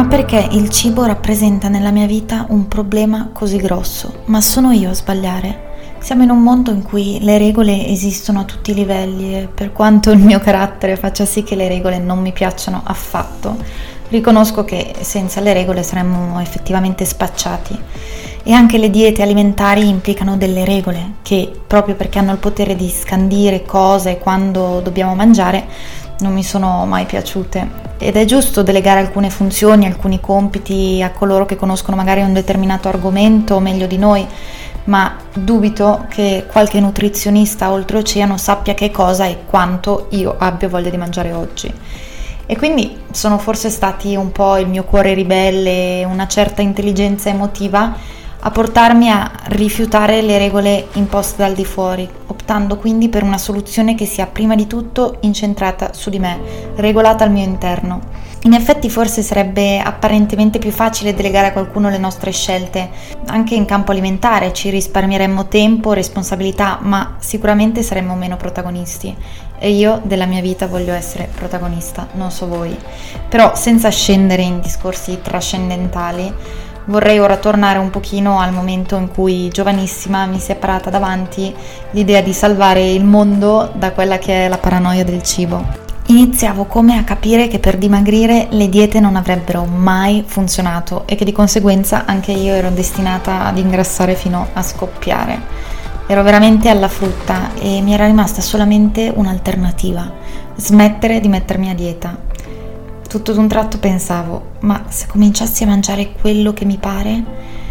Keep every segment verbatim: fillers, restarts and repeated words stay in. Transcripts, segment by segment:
Ma perché il cibo rappresenta nella mia vita un problema così grosso? Ma sono io a sbagliare? Siamo in un mondo in cui le regole esistono a tutti i livelli e per quanto il mio carattere faccia sì che le regole non mi piacciono affatto, riconosco che senza le regole saremmo effettivamente spacciati. E anche le diete alimentari implicano delle regole che, proprio perché hanno il potere di scandire cosa e quando dobbiamo mangiare, non mi sono mai piaciute. Ed è giusto delegare alcune funzioni, alcuni compiti a coloro che conoscono magari un determinato argomento meglio di noi, ma dubito che qualche nutrizionista oltreoceano sappia che cosa e quanto io abbia voglia di mangiare oggi. E quindi sono forse stati un po' il mio cuore ribelle e una certa intelligenza emotiva a portarmi a rifiutare le regole imposte dal di fuori, optando quindi per una soluzione che sia prima di tutto incentrata su di me, regolata al mio interno. In effetti forse sarebbe apparentemente più facile delegare a qualcuno le nostre scelte, anche in campo alimentare ci risparmieremmo tempo, responsabilità, ma sicuramente saremmo meno protagonisti. E io della mia vita voglio essere protagonista, non so voi. Però senza scendere in discorsi trascendentali, vorrei ora tornare un pochino al momento in cui giovanissima mi si è parata davanti l'idea di salvare il mondo da quella che è la paranoia del cibo. Iniziavo come a capire che per dimagrire le diete non avrebbero mai funzionato e che di conseguenza anche io ero destinata ad ingrassare fino a scoppiare. Ero veramente alla frutta e mi era rimasta solamente un'alternativa: smettere di mettermi a dieta. Tutto d'un tratto pensavo, ma se cominciassi a mangiare quello che mi pare?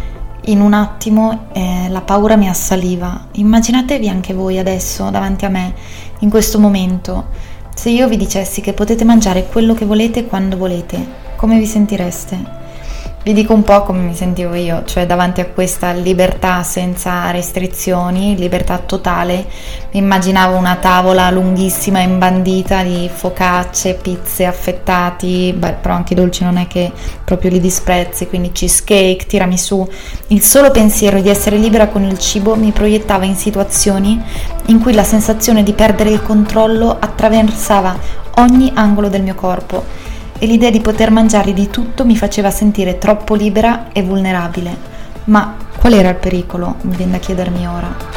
In un attimo eh, la paura mi assaliva. Immaginatevi anche voi adesso davanti a me, in questo momento, se io vi dicessi che potete mangiare quello che volete quando volete, come vi sentireste? Vi dico un po' come mi sentivo io, cioè davanti a questa libertà senza restrizioni, libertà totale, mi immaginavo una tavola lunghissima e imbandita di focacce, pizze, affettati, beh, però anche i dolci non è che proprio li disprezzi, quindi cheesecake, tiramisù. Il solo pensiero di essere libera con il cibo mi proiettava in situazioni in cui la sensazione di perdere il controllo attraversava ogni angolo del mio corpo. E l'idea di poter mangiare di tutto mi faceva sentire troppo libera e vulnerabile. Ma qual era il pericolo? Mi viene da chiedermi ora.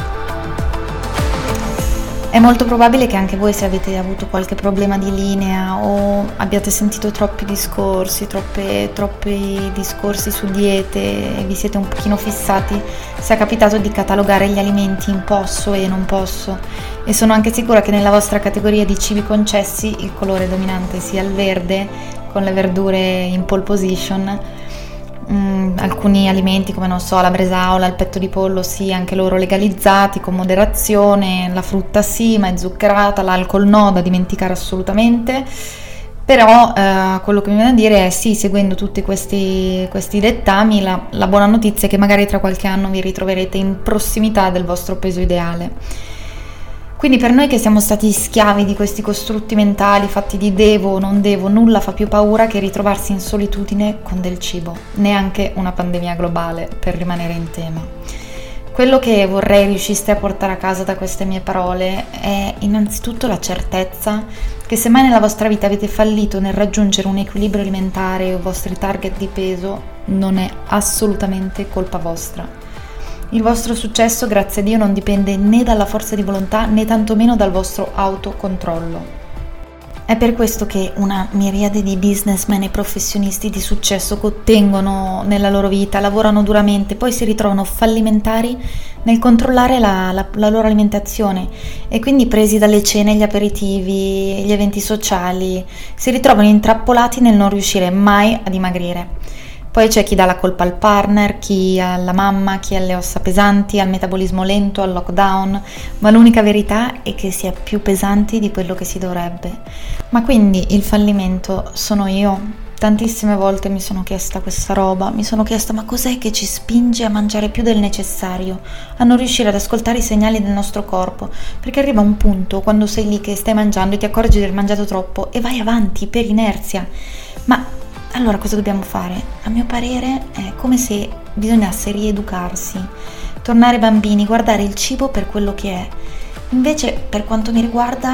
È molto probabile che anche voi, se avete avuto qualche problema di linea o abbiate sentito troppi discorsi, troppe, troppi discorsi su diete e vi siete un pochino fissati, sia capitato di catalogare gli alimenti in posso e non posso. E sono anche sicura che nella vostra categoria di cibi concessi il colore dominante sia il verde, con le verdure in pole position. Mm, alcuni alimenti come non so la bresaola, il petto di pollo sì, anche loro legalizzati con moderazione, la frutta sì ma è zuccherata, l'alcol no, da dimenticare assolutamente. Però eh, quello che mi viene a dire è sì, seguendo tutti questi, questi dettami, la, la buona notizia è che magari tra qualche anno vi ritroverete in prossimità del vostro peso ideale. Quindi per noi che siamo stati schiavi di questi costrutti mentali fatti di devo o non devo, nulla fa più paura che ritrovarsi in solitudine con del cibo, neanche una pandemia globale, per rimanere in tema. Quello che vorrei riusciste a portare a casa da queste mie parole è innanzitutto la certezza che se mai nella vostra vita avete fallito nel raggiungere un equilibrio alimentare o i vostri target di peso, non è assolutamente colpa vostra. Il vostro successo, grazie a Dio, non dipende né dalla forza di volontà né tantomeno dal vostro autocontrollo. È per questo che una miriade di businessmen e professionisti di successo che ottengono nella loro vita, lavorano duramente, poi si ritrovano fallimentari nel controllare la, la, la loro alimentazione e quindi presi dalle cene, gli aperitivi, gli eventi sociali, si ritrovano intrappolati nel non riuscire mai a dimagrire. Poi c'è chi dà la colpa al partner, chi alla mamma, chi alle ossa pesanti, al metabolismo lento, al lockdown, ma l'unica verità è che si è più pesanti di quello che si dovrebbe. Ma quindi il fallimento sono io? Tantissime volte mi sono chiesta questa roba, mi sono chiesta ma cos'è che ci spinge a mangiare più del necessario, a non riuscire ad ascoltare i segnali del nostro corpo, perché arriva un punto quando sei lì che stai mangiando e ti accorgi di aver mangiato troppo e vai avanti per inerzia. Ma allora cosa dobbiamo fare? A mio parere è come se bisognasse rieducarsi, tornare bambini, guardare il cibo per quello che è. Invece, per quanto mi riguarda,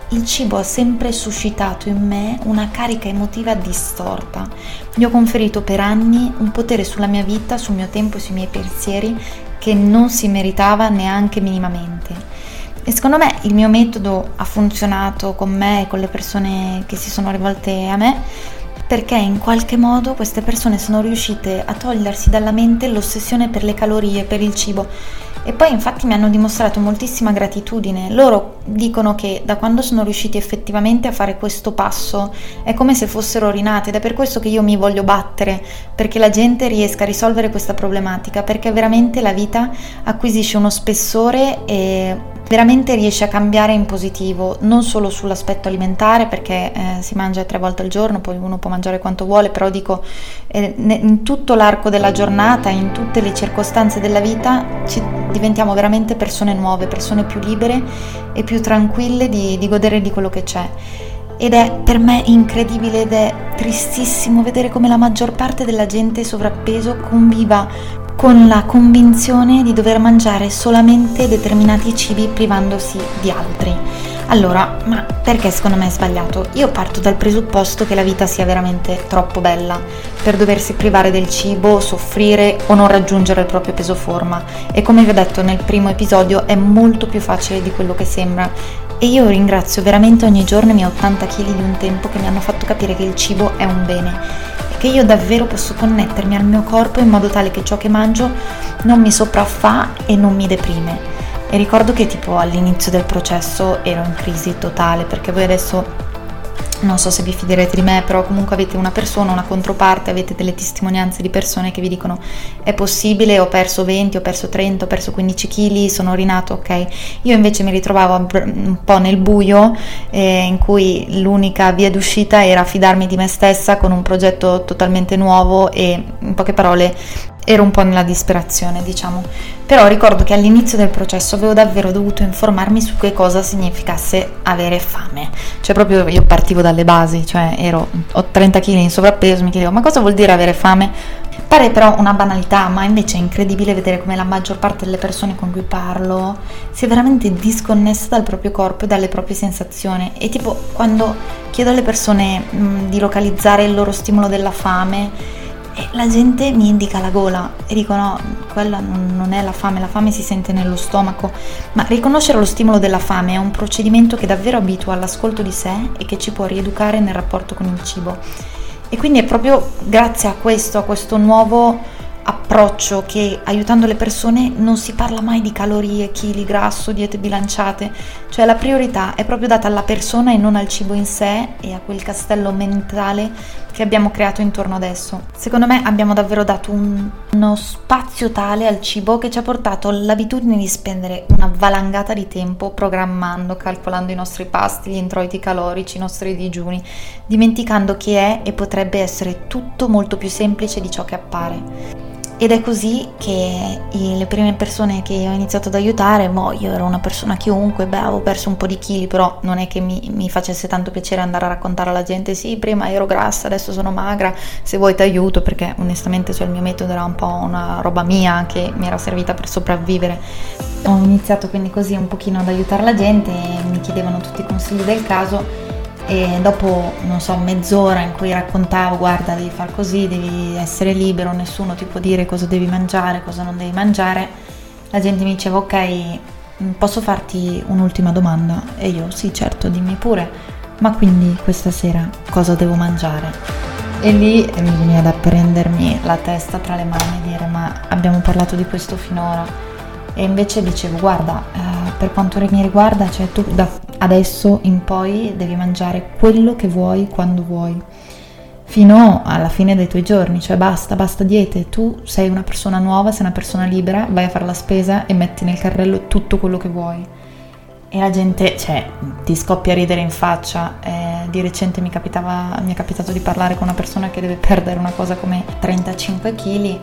il cibo ha sempre suscitato in me una carica emotiva distorta. Gli ho conferito per anni un potere sulla mia vita, sul mio tempo e sui miei pensieri che non si meritava neanche minimamente. E secondo me il mio metodo ha funzionato con me e con le persone che si sono rivolte a me, perché in qualche modo queste persone sono riuscite a togliersi dalla mente l'ossessione per le calorie, per il cibo, e poi infatti mi hanno dimostrato moltissima gratitudine. Loro dicono che da quando sono riusciti effettivamente a fare questo passo è come se fossero rinate, ed è per questo che io mi voglio battere perché la gente riesca a risolvere questa problematica, perché veramente la vita acquisisce uno spessore e veramente riesce a cambiare in positivo, non solo sull'aspetto alimentare, perché eh, si mangia tre volte al giorno, poi uno può mangiare quanto vuole, però dico eh, in tutto l'arco della giornata, in tutte le circostanze della vita ci diventiamo veramente persone nuove, persone più libere e più tranquille di, di godere di quello che c'è. Ed è per me incredibile ed è tristissimo vedere come la maggior parte della gente sovrappeso conviva con la convinzione di dover mangiare solamente determinati cibi privandosi di altri. Allora, ma perché secondo me è sbagliato? Io parto dal presupposto che la vita sia veramente troppo bella per doversi privare del cibo, soffrire o non raggiungere il proprio peso forma, e come vi ho detto nel primo episodio è molto più facile di quello che sembra. E io ringrazio veramente ogni giorno i miei ottanta chili di un tempo che mi hanno fatto capire che il cibo è un bene, che io davvero posso connettermi al mio corpo in modo tale che ciò che mangio non mi sopraffa e non mi deprime. E ricordo che tipo all'inizio del processo ero in crisi totale, perché voi adesso non so se vi fiderete di me, però comunque avete una persona, una controparte, avete delle testimonianze di persone che vi dicono è possibile, ho perso venti, ho perso trenta, ho perso quindici chili, sono rinato, ok. Io invece mi ritrovavo un po' nel buio, eh, in cui l'unica via d'uscita era fidarmi di me stessa con un progetto totalmente nuovo, e in poche parole ero un po' nella disperazione, diciamo. Però ricordo che all'inizio del processo avevo davvero dovuto informarmi su che cosa significasse avere fame. Cioè proprio io partivo dalle basi, cioè ero, ho trenta chili in sovrappeso, mi chiedevo ma cosa vuol dire avere fame? Pare però una banalità, ma invece è incredibile vedere come la maggior parte delle persone con cui parlo si è veramente disconnessa dal proprio corpo e dalle proprie sensazioni. E tipo quando chiedo alle persone mh, di localizzare il loro stimolo della fame, e la gente mi indica la gola e dico no, quella non è la fame, la fame si sente nello stomaco. Ma riconoscere lo stimolo della fame è un procedimento che davvero abitua all'ascolto di sé e che ci può rieducare nel rapporto con il cibo. E quindi è proprio grazie a questo, a questo nuovo approccio che, aiutando le persone, non si parla mai di calorie, chili, grasso, diete bilanciate. Cioè la priorità è proprio data alla persona e non al cibo in sé e a quel castello mentale che abbiamo creato intorno adesso. Secondo me abbiamo davvero dato un, uno spazio tale al cibo che ci ha portato l'abitudine di spendere una valangata di tempo programmando, calcolando i nostri pasti, gli introiti calorici, i nostri digiuni, dimenticando che è e potrebbe essere tutto molto più semplice di ciò che appare. Ed è così che le prime persone che ho iniziato ad aiutare, boh, io ero una persona chiunque, beh, avevo perso un po' di chili, però non è che mi, mi facesse tanto piacere andare a raccontare alla gente sì, prima ero grassa, adesso sono magra, se vuoi ti aiuto, perché onestamente cioè, il mio metodo era un po' una roba mia che mi era servita per sopravvivere. Ho iniziato quindi così un pochino ad aiutare la gente e mi chiedevano tutti i consigli del caso. E dopo, non so, mezz'ora in cui raccontavo guarda devi far così, devi essere libero, nessuno ti può dire cosa devi mangiare, cosa non devi mangiare, la gente mi diceva ok, posso farti un'ultima domanda? E io sì certo, dimmi pure, ma quindi questa sera cosa devo mangiare? E lì mi veniva da prendermi la testa tra le mani e dire ma abbiamo parlato di questo finora? E invece dicevo guarda, eh, per quanto mi riguarda, cioè tu da adesso in poi devi mangiare quello che vuoi quando vuoi fino alla fine dei tuoi giorni, cioè basta, basta diete, tu sei una persona nuova, sei una persona libera, vai a fare la spesa e metti nel carrello tutto quello che vuoi. E la gente, cioè, ti scoppia a ridere in faccia. Eh, di recente mi capitava, mi è capitato di parlare con una persona che deve perdere una cosa come trentacinque chili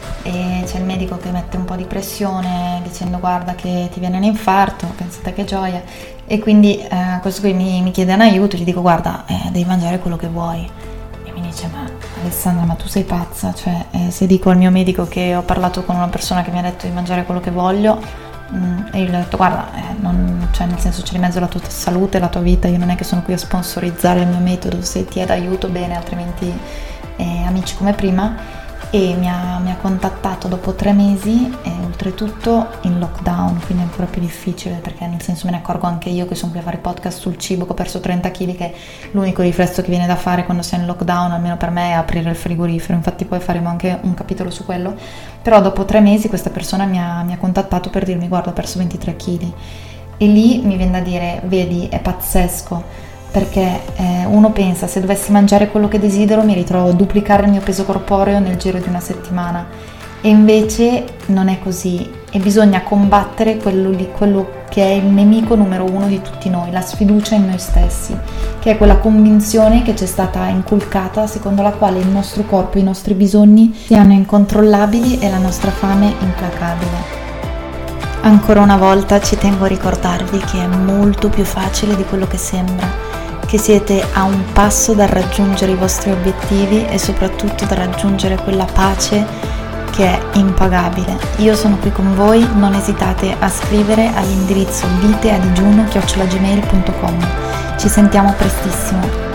e c'è il medico che mette un po' di pressione dicendo guarda che ti viene un infarto, pensate che gioia. E quindi eh, questo qui mi, mi chiede un aiuto, gli dico guarda eh, devi mangiare quello che vuoi. E mi dice ma Alessandra, ma tu sei pazza? Cioè eh, se dico al mio medico che ho parlato con una persona che mi ha detto di mangiare quello che voglio, Mm, e io gli ho detto guarda, eh, non, cioè nel senso c'è di mezzo la tua salute, la tua vita, io non è che sono qui a sponsorizzare il mio metodo, se ti è d'aiuto bene, altrimenti eh, amici come prima. E mi ha, mi ha contattato dopo tre mesi e oltretutto in lockdown, quindi è ancora più difficile, perché nel senso me ne accorgo anche io che sono qui a fare podcast sul cibo, che ho perso trenta chili, che l'unico riflesso che viene da fare quando sei in lockdown, almeno per me, è aprire il frigorifero, infatti poi faremo anche un capitolo su quello. Però dopo tre mesi questa persona mi ha, mi ha contattato per dirmi guarda, ho perso ventitré chili, e lì mi viene da dire vedi, è pazzesco, perché eh, uno pensa se dovessi mangiare quello che desidero mi ritrovo a duplicare il mio peso corporeo nel giro di una settimana, e invece non è così, e bisogna combattere quello, lì, quello che è il nemico numero uno di tutti noi, la sfiducia in noi stessi, che è quella convinzione che ci è stata inculcata secondo la quale il nostro corpo e i nostri bisogni siano incontrollabili e la nostra fame implacabile. Ancora una volta ci tengo a ricordarvi che è molto più facile di quello che sembra, che siete a un passo dal raggiungere i vostri obiettivi e soprattutto da raggiungere quella pace che è impagabile. Io sono qui con voi, non esitate a scrivere all'indirizzo viteadigiuno chiocciola gmail punto com. Ci sentiamo prestissimo.